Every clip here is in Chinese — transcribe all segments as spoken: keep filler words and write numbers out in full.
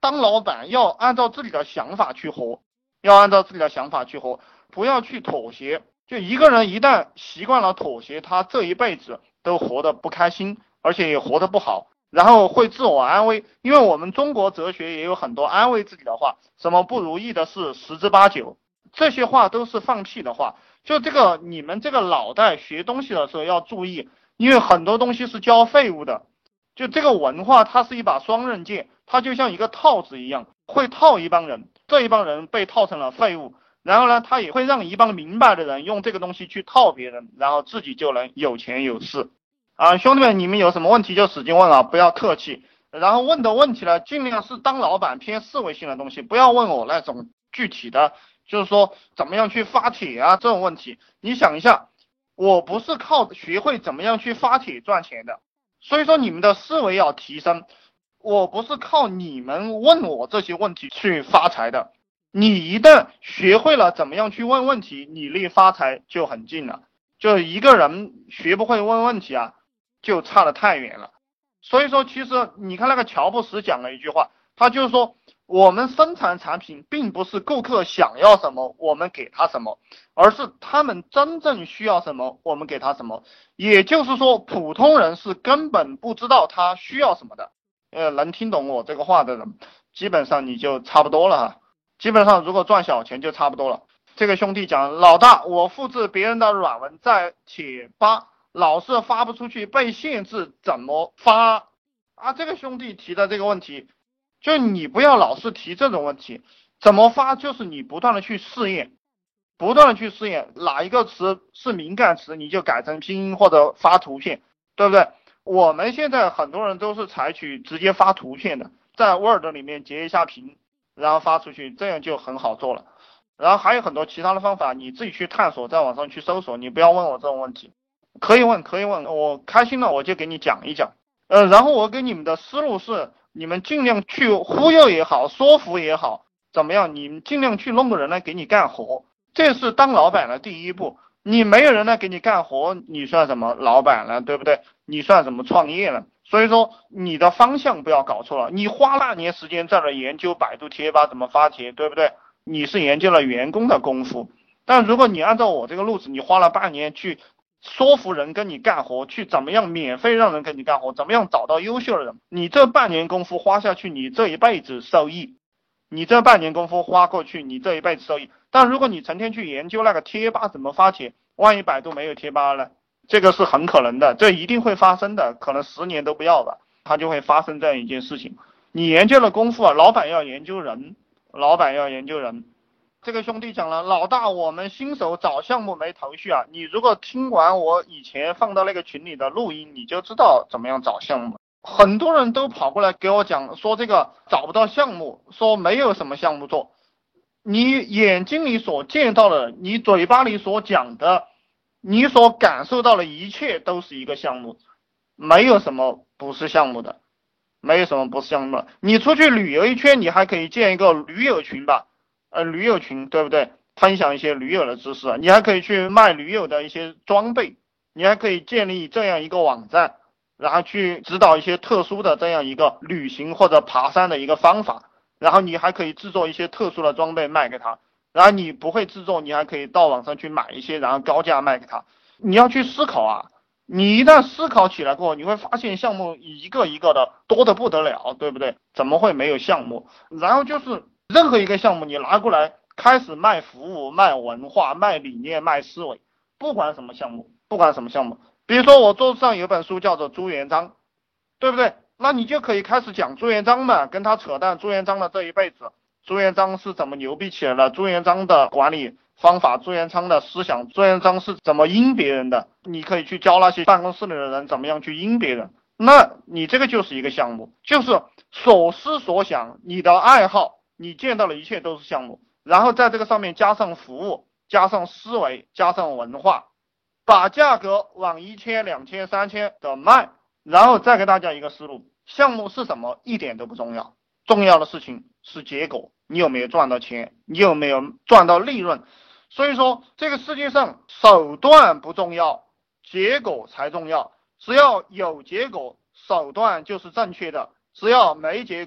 当老板要按照自己的想法去活，要按照自己的想法去活，不要去妥协。就一个人一旦习惯了妥协，他这一辈子都活得不开心，而且也活得不好，然后会自我安慰。因为我们中国哲学也有很多安慰自己的话，什么不如意的事十之八九，这些话都是放屁的话。就这个你们这个脑袋学东西的时候要注意，因为很多东西是教废物的。就这个文化它是一把双刃剑，它就像一个套子一样，会套一帮人，这一帮人被套成了废物，然后呢他也会让一帮明白的人用这个东西去套别人，然后自己就能有钱有势啊。兄弟们，你们有什么问题就使劲问啊，不要客气，然后问的问题呢尽量是当老板偏思维性的东西，不要问我那种具体的就是说怎么样去发帖啊这种问题。你想一下，我不是靠学会怎么样去发帖赚钱的，所以说你们的思维要提升，我不是靠你们问我这些问题去发财的。你一旦学会了怎么样去问问题，你离发财就很近了。就一个人学不会问问题啊，就差得太远了。所以说其实你看那个乔布斯讲了一句话，他就是说我们生产产品并不是顾客想要什么我们给他什么，而是他们真正需要什么我们给他什么。也就是说普通人是根本不知道他需要什么的。呃，能听懂我这个话的人基本上你就差不多了哈，基本上如果赚小钱就差不多了。这个兄弟讲，老大我复制别人的软文在贴吧老是发不出去，被限制怎么发啊？这个兄弟提的这个问题，就你不要老是提这种问题，怎么发就是你不断的去试验，不断的去试验哪一个词是敏感词，你就改成拼音或者发图片，对不对？我们现在很多人都是采取直接发图片的，在 Word 里面截一下屏，然后发出去，这样就很好做了。然后还有很多其他的方法，你自己去探索，在网上去搜索，你不要问我这种问题。可以问，可以问，我开心了我就给你讲一讲。呃，然后我给你们的思路是，你们尽量去忽悠也好，说服也好，怎么样？你们尽量去弄个人来给你干活，这是当老板的第一步。你没有人来给你干活，你算什么老板了，对不对？你算什么创业了？所以说你的方向不要搞错了。你花半年时间在这研究百度贴吧怎么发帖，对不对？你是研究了员工的功夫。但如果你按照我这个路子，你花了半年去说服人跟你干活，去怎么样免费让人跟你干活，怎么样找到优秀的人，你这半年功夫花下去，你这一辈子受益。你这半年功夫花过去，你这一辈子受益。但如果你成天去研究那个贴吧怎么发帖，万一百度没有贴吧呢？这个是很可能的，这一定会发生的，可能十年都不要吧，它就会发生这样一件事情。你研究了功夫啊，老板要研究人，老板要研究人。这个兄弟讲了，老大我们新手找项目没头绪啊，你如果听完我以前放到那个群里的录音，你就知道怎么样找项目。很多人都跑过来给我讲说这个找不到项目，说没有什么项目做。你眼睛里所见到的，你嘴巴里所讲的，你所感受到的一切都是一个项目，没有什么不是项目的，没有什么不是项目的。你出去旅游一圈，你还可以建一个驴友群吧，呃，驴友群，对不对？分享一些驴友的知识，你还可以去卖驴友的一些装备，你还可以建立这样一个网站，然后去指导一些特殊的这样一个旅行或者爬山的一个方法，然后你还可以制作一些特殊的装备卖给他，然后你不会制作，你还可以到网上去买一些，然后高价卖给他。你要去思考啊，你一旦思考起来过后，你会发现项目一个一个的多得不得了，对不对？怎么会没有项目？然后就是任何一个项目你拿过来开始卖服务、卖文化、卖理念、卖思维，不管什么项目，不管什么项目。比如说我桌子上有本书叫做朱元璋，对不对？那你就可以开始讲朱元璋嘛，跟他扯淡朱元璋的这一辈子，朱元璋是怎么牛逼起来的，朱元璋的管理方法，朱元璋的思想，朱元璋是怎么阴别人的，你可以去教那些办公室里的人怎么样去阴别人。那你这个就是一个项目，就是所思所想，你的爱好，你见到的一切都是项目，然后在这个上面加上服务，加上思维，加上文化，把价格往一千、两千、三千的卖，然后再给大家一个思路，项目是什么一点都不重要，重要的事情是结果，你有没有赚到钱，你有没有赚到利润。所以说这个世界上手段不重要，结果才重要。只要有结果，手段就是正确的；只要没结果，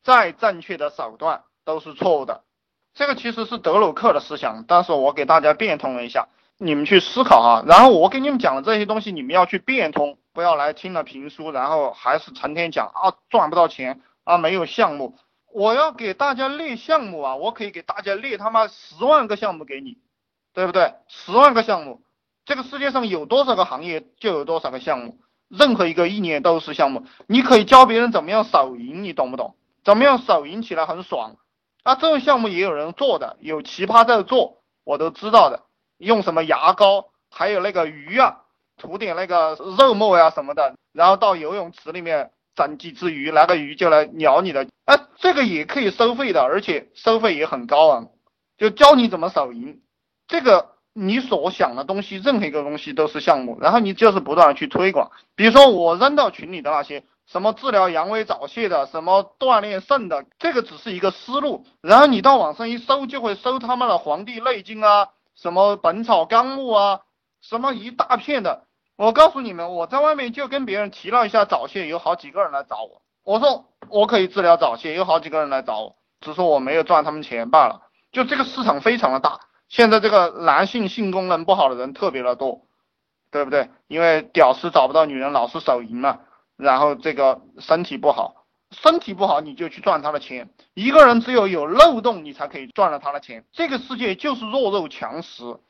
再正确的手段都是错误的。这个其实是德鲁克的思想，但是我给大家变通了一下，你们去思考哈。然后我给你们讲的这些东西，你们要去变通，不要来听了评书，然后还是成天讲啊赚不到钱啊没有项目。我要给大家列项目啊，我可以给大家列他妈十万个项目给你，对不对？十万个项目，这个世界上有多少个行业就有多少个项目，任何一个意念都是项目。你可以教别人怎么样手淫，你懂不懂？怎么样手淫起来很爽啊？这种项目也有人做的，有奇葩在做，我都知道的。用什么牙膏，还有那个鱼啊，涂点那个肉末呀、啊、什么的，然后到游泳池里面整几只鱼，来个鱼就来咬你的，啊，这个也可以收费的，而且收费也很高啊，就教你怎么手淫。这个你所想的东西，任何一个东西都是项目，然后你就是不断的去推广。比如说我扔到群里的那些什么治疗阳痿早泄的，什么锻炼肾的，这个只是一个思路，然后你到网上一搜，就会搜他们的《黄帝内经》啊，什么《本草纲目》啊，什么一大片的。我告诉你们，我在外面就跟别人提了一下早泄，有好几个人来找我，我说我可以治疗早泄，有好几个人来找我，只是我没有赚他们钱罢了。就这个市场非常的大，现在这个男性性功能不好的人特别的多，对不对？因为屌丝找不到女人，老是手淫嘛，然后这个身体不好，身体不好你就去赚他的钱。一个人只有有漏洞，你才可以赚了他的钱。这个世界就是弱肉强食，